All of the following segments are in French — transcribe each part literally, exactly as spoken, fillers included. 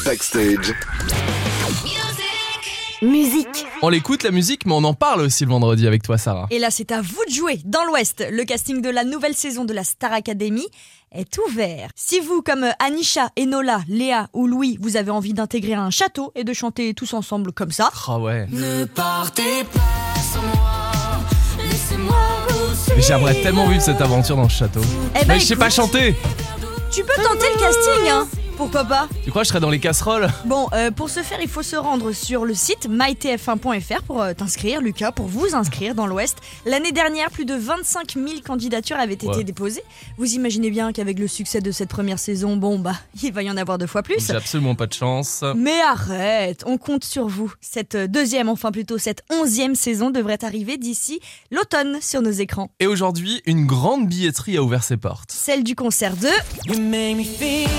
Backstage. Musique. On l'écoute la musique, mais on en parle aussi le vendredi avec toi, Sarah. Et là, c'est à vous de jouer. Dans l'Ouest, le casting de la nouvelle saison de la Star Academy est ouvert. Si vous, comme Anisha, Enola, Léa ou Louis, vous avez envie d'intégrer un château et de chanter tous ensemble comme ça. Ah ouais. Ne partez pas sans moi, laissez-moi vous suivre. Mais j'aimerais tellement vivre cette aventure dans ce château. Eh ben, mais je sais écoute, pas chanter. Tu peux tenter le casting, hein. Pourquoi pas? Tu crois que je serais dans les casseroles? Bon, euh, pour ce faire, il faut se rendre sur le site my t f un point f r pour euh, t'inscrire, Lucas, pour vous inscrire dans l'Ouest. L'année dernière, plus de vingt-cinq mille candidatures avaient été Ouais. déposées. Vous imaginez bien qu'avec le succès de cette première saison, bon bah, il va y en avoir deux fois plus. J'ai absolument pas de chance. Mais arrête, on compte sur vous. Cette deuxième, enfin plutôt cette onzième saison devrait arriver d'ici l'automne sur nos écrans. Et aujourd'hui, une grande billetterie a ouvert ses portes. Celle du concert de You make me feel.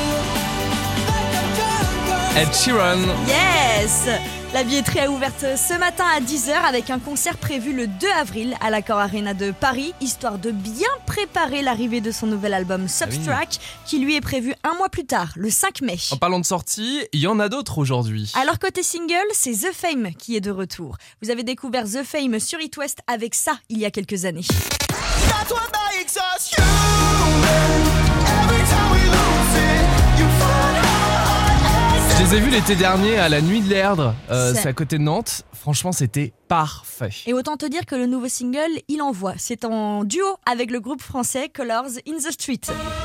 Ed Sheeran. Yes! La billetterie a ouverte ce matin à dix heures avec un concert prévu le deux avril à l'Accor Arena de Paris, histoire de bien préparer l'arrivée de son nouvel album Substract, qui lui est prévu un mois plus tard, le cinq mai. En parlant de sortie, il y en a d'autres aujourd'hui. Alors côté single, c'est The Fame qui est de retour. Vous avez découvert The Fame sur It West avec ça il y a quelques années. That's what makes us human. Every time we lose it, you find out. Je les ai vus l'été dernier à la Nuit de l'Erdre, euh, C'est- c'est à côté de Nantes. Franchement, c'était parfait. Et autant te dire que le nouveau single, il envoie. C'est en duo avec le groupe français Colors in the Street.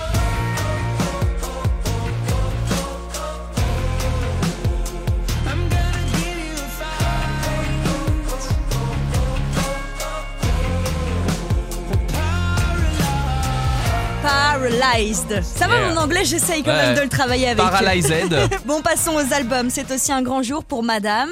Paralyzed. Ça va Yeah. mon anglais, j'essaye quand Ouais. même de le travailler avec. Paralysed. Bon, passons aux albums. C'est aussi un grand jour pour Madame...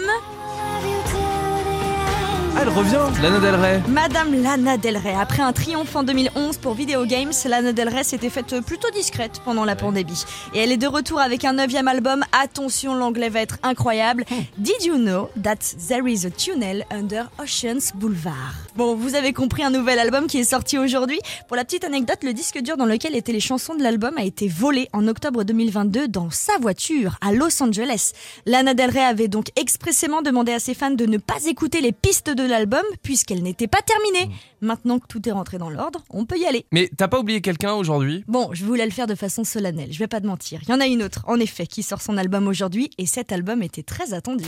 Ah, elle revient, Lana Del Rey. Madame Lana Del Rey. Après un triomphe en deux mille onze pour Video Games, Lana Del Rey s'était faite plutôt discrète pendant la pandémie. Et elle est de retour avec un neuvième album. Attention, l'anglais va être incroyable. Did you know that there is a tunnel under Oceans Boulevard? Bon, vous avez compris, un nouvel album qui est sorti aujourd'hui. Pour la petite anecdote, le disque dur dans lequel étaient les chansons de l'album a été volé en octobre deux mille vingt-deux dans sa voiture à Los Angeles. Lana Del Rey avait donc expressément demandé à ses fans de ne pas écouter les pistes de l'album puisqu'elle n'était pas terminée. Maintenant que tout est rentré dans l'ordre, on peut y aller. Mais t'as pas oublié quelqu'un aujourd'hui? Bon, je voulais le faire de façon solennelle, je vais pas te mentir. Il y en a une autre, en effet, qui sort son album aujourd'hui et cet album était très attendu.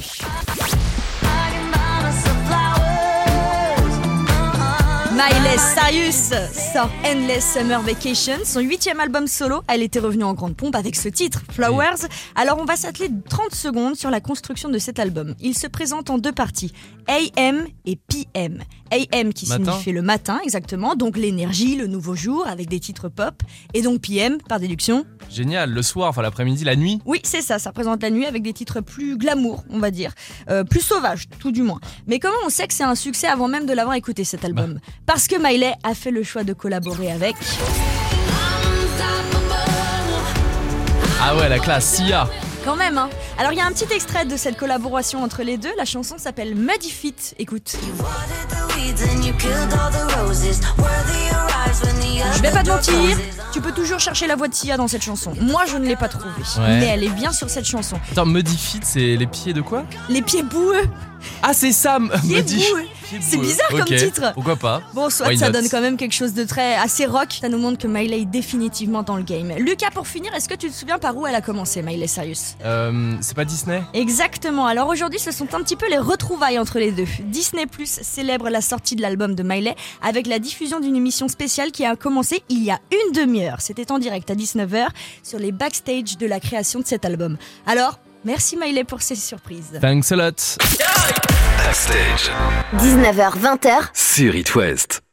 Miley Cyrus sort Endless Summer Vacation, son huitième album solo. Elle était revenue en grande pompe avec ce titre, Flowers. Alors on va s'atteler trente secondes sur la construction de cet album. Il se présente en deux parties, A M et P M. A M qui Matin. signifie le matin, exactement, donc l'énergie, le nouveau jour, avec des titres pop. Et donc P M, par déduction. Génial, le soir, enfin l'après-midi, la nuit. Oui, c'est ça, ça représente la nuit avec des titres plus glamour, on va dire. Euh, plus sauvages, tout du moins. Mais comment on sait que c'est un succès avant même de l'avoir écouté, cet album? Parce que Miley a fait le choix de collaborer avec... Ah ouais, la classe, Sia. Quand même, hein. Alors il y a un petit extrait de cette collaboration entre les deux. La chanson s'appelle Muddy Feet. Écoute. Je vais pas te mentir, tu peux toujours chercher la voix de Sia dans cette chanson. Moi, je ne l'ai pas trouvée, Ouais. mais elle est bien sur cette chanson. Attends, Muddy Feet, c'est les pieds de quoi? Les pieds boueux. Ah, c'est ça, Pieds Muddy. boueux. Pieds C'est boueux. bizarre comme Ok, titre. Pourquoi pas? Bon, soit Why ça not? donne quand même quelque chose de très assez rock. Ça nous montre que Miley est définitivement dans le game. Lucas, pour finir, est-ce que tu te souviens par où elle a commencé, Miley Cyrus? Euh, c'est pas Disney? Exactement. Alors aujourd'hui, ce sont un petit peu les retrouvailles entre les deux. Disney Plus célèbre la sortie de l'album de Miley avec la diffusion d'une émission spéciale qui a commencé il y a une demi-heure. C'était en direct à dix-neuf heures sur les backstage de la création de cet album. Alors, merci Miley pour ces surprises. Thanks a lot. Backstage dix-neuf heures vingt. sur It West.